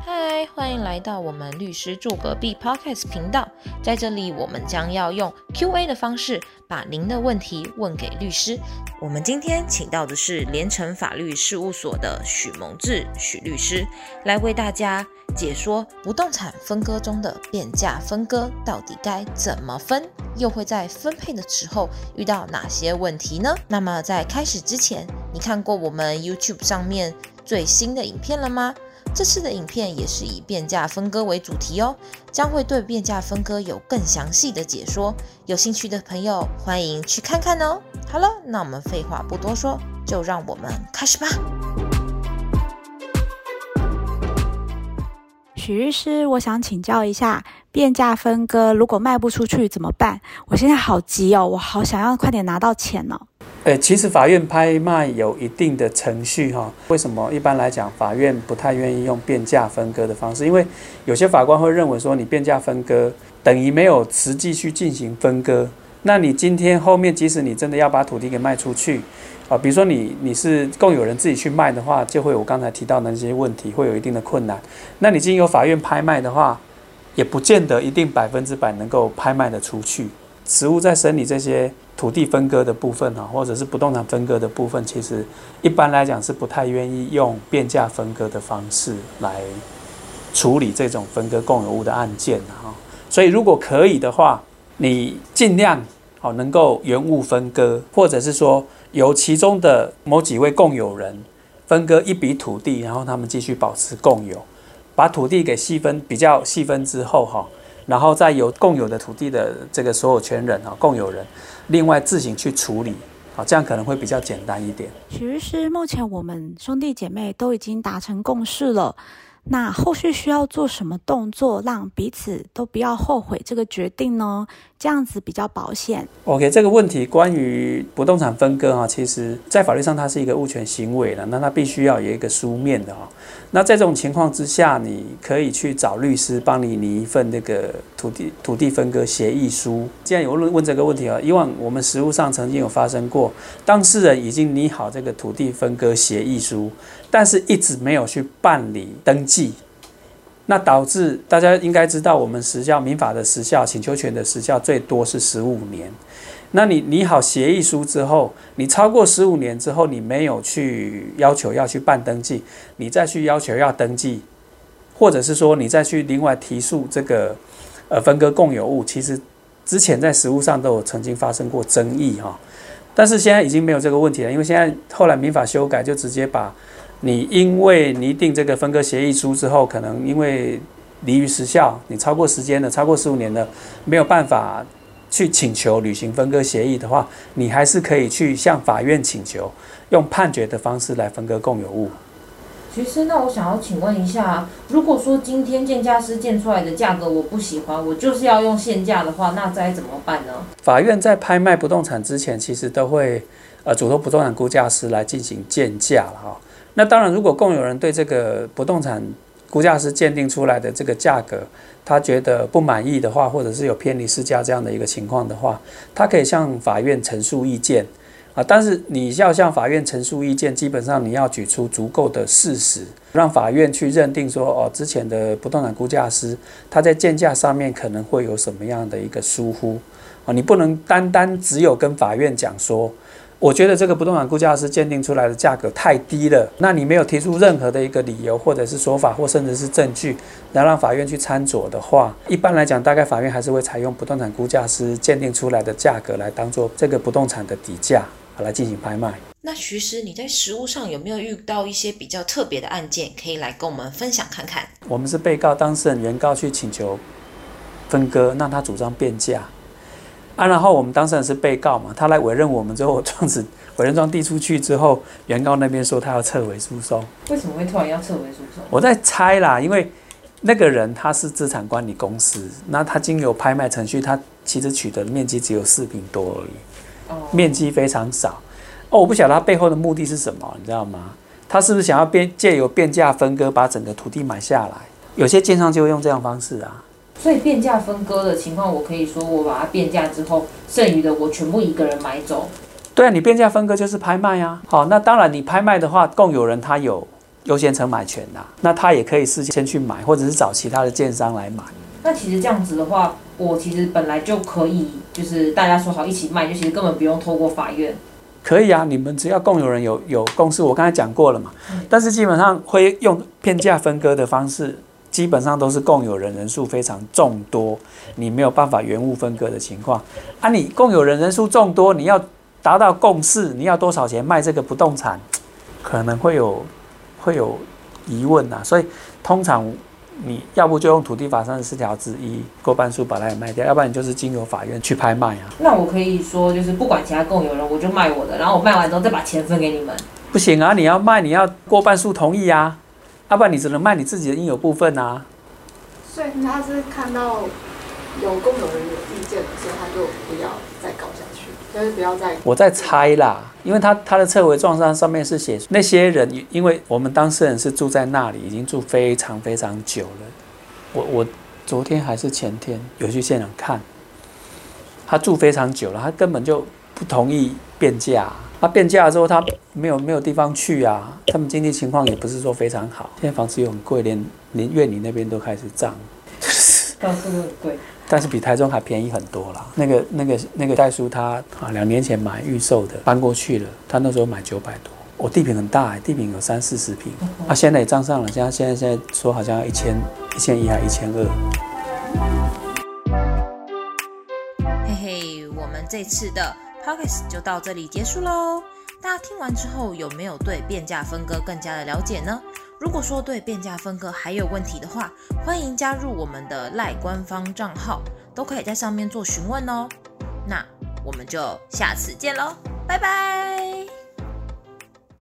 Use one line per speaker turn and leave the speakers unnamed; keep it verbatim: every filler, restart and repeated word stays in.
嗨，欢迎来到我们律师住隔壁 Podcast 频道。在这里，我们将要用 Q A 的方式，把您的问题问给律师。我们今天请到的是联成法律事务所的许蒙志许律师，来为大家解说不动产分割中的变价分割到底该怎么分，又会在分配的时候遇到哪些问题呢？那么在开始之前，你看过我们 YouTube 上面最新的影片了吗？这次的影片也是以变价分割为主题哦，将会对变价分割有更详细的解说。有兴趣的朋友欢迎去看看哦。好了，那我们废话不多说，就让我们开始吧。
许律师，我想请教一下，变价分割如果卖不出去怎么办？我现在好急哦，我好想要快点拿到钱哦。
欸、其实法院拍卖有一定的程序哈。为什么一般来讲法院不太愿意用变价分割的方式？因为有些法官会认为说，你变价分割等于没有实际去进行分割。那你今天后面即使你真的要把土地给卖出去啊，比如说你你是共有人自己去卖的话，就会有我刚才提到的那些问题，会有一定的困难。那你经由法院拍卖的话，也不见得一定百分之百能够拍卖的出去。实务在审理这些土地分割的部分或者是不动产分割的部分，其实一般来讲是不太愿意用变价分割的方式来处理这种分割共有物的案件。所以如果可以的话，你尽量能够原物分割，或者是说由其中的某几位共有人分割一笔土地，然后他们继续保持共有，把土地给细分比较细分之后，然后再由共有的土地的这个所有权人共有人另外自行去处理，这样可能会比较简单一点。
许律师，目前我们兄弟姐妹都已经达成共识了，那后续需要做什么动作让彼此都不要后悔这个决定呢？这样子比较保险。
OK， 这个问题关于不动产分割其实在法律上它是一个物权行为了，那它必须要有一个书面的。那在这种情况之下，你可以去找律师帮你拟一份那个土地土地分割协议书。既然有人问这个问题，以往我们实务上曾经有发生过，当事人已经拟好这个土地分割协议书，但是一直没有去办理登记，那导致大家应该知道，我们时效民法的时效请求权的时效最多是十五年。那你拟好协议书之后，你超过十五年之后，你没有去要求要去办登记，你再去要求要登记，或者是说你再去另外提诉这个呃分割共有物，其实之前在实务上都有曾经发生过争议哈。但是现在已经没有这个问题了，因为现在后来民法修改，就直接把你因为拟定这个分割协议书之后，可能因为离于时效，你超过时间了，超过十五年了，没有办法去请求履行分割协议的话，你还是可以去向法院请求，用判决的方式来分割共有物。
其实那我想要请问一下，如果说今天建价师建出来的价格我不喜欢，我就是要用现价的话，那该怎么办呢？
法院在拍卖不动产之前，其实都会呃嘱托不动产估价师来进行鉴价了哈。那当然，如果共有人对这个不动产估价师鉴定出来的这个价格，他觉得不满意的话，或者是有偏离市价这样的一个情况的话，他可以向法院陈述意见啊。但是你要向法院陈述意见，基本上你要举出足够的事实，让法院去认定说，哦，之前的不动产估价师他在鉴价上面可能会有什么样的一个疏忽啊。你不能单单只有跟法院讲说，我觉得这个不动产估价师鉴定出来的价格太低了，那你没有提出任何的一个理由或者是说法或甚至是证据来让法院去参酌的话，一般来讲大概法院还是会采用不动产估价师鉴定出来的价格来当做这个不动产的底价来进行拍卖。
那徐师，你在实务上有没有遇到一些比较特别的案件，可以来跟我们分享看看？
我们是被告当事人原告去请求分割，那他主张变价啊，然后我们当事人是被告嘛，他来委任我们之后，状子委任状递出去之后，原告那边说他要撤回诉讼。
为什么会突然要撤回诉讼？
我在猜啦，因为那个人他是资产管理公司，那他经由拍卖程序，他其实取得的面积只有四坪多而已，哦、面积非常少。哦，我不晓得他背后的目的是什么，你知道吗？他是不是想要变借由变价分割把整个土地买下来？有些建商就会用这样的方式啊。
所以变价分割的情况，我可以说我把它变价之后，剩余的我全部一个人买走。
对啊，你变价分割就是拍卖啊。好，那当然你拍卖的话，共有人他有优先承买权啦，那他也可以事先去买，或者是找其他的建商来买。
那其实这样子的话，我其实本来就可以，就是大家说好一起卖，就其实根本不用透过法院。
可以啊，你们只要共有人有有共识，我刚才讲过了嘛。嗯、但是基本上会用片价分割的方式，基本上都是共有人人数非常众多，你没有办法原物分割的情况。啊，你共有人人数众多，你要达到共识，你要多少钱卖这个不动产，可能会有会有疑问啊。所以通常你要不就用土地法三十四条之一过半数把它也卖掉，要不然你就是经由法院去拍卖啊。
那我可以说就是不管其他共有人，我就卖我的，然后我卖完之后再把钱分给你们。
不行啊，你要卖你要过半数同意啊，要不然你只能卖你自己的应有部分啊。
所以他是看到有共有人有意见的时候，他就不要再搞下去，就是不要再。我在
猜啦，因为他他的撤回状上上面是写那些人，因为我们当事人是住在那里，已经住非常非常久了。我我昨天还是前天有去现场看，他住非常久了，他根本就不同意变价。他变价之后，他没有没有地方去啊，他们经济情况也不是说非常好，现在房子又很贵，连连苑里那边都开始涨，
到处都很贵。
但是比台中还便宜很多啦。那个那个那个代书他啊两年前买预售的，搬过去了，他那时候买九百多，我、哦、地坪很大哎、欸，地坪有三四十坪，啊现在也涨上了，现在现在现在说好像要一千一千一还一千二。
嘿嘿，我们这次的 Podcast 就到这里结束喽。大家听完之后有没有对变价分割更加的了解呢？如果说对变价分割还有问题的话，欢迎加入我们的 LINE 官方账号，都可以在上面做询问哦。那我们就下次见喽，拜拜。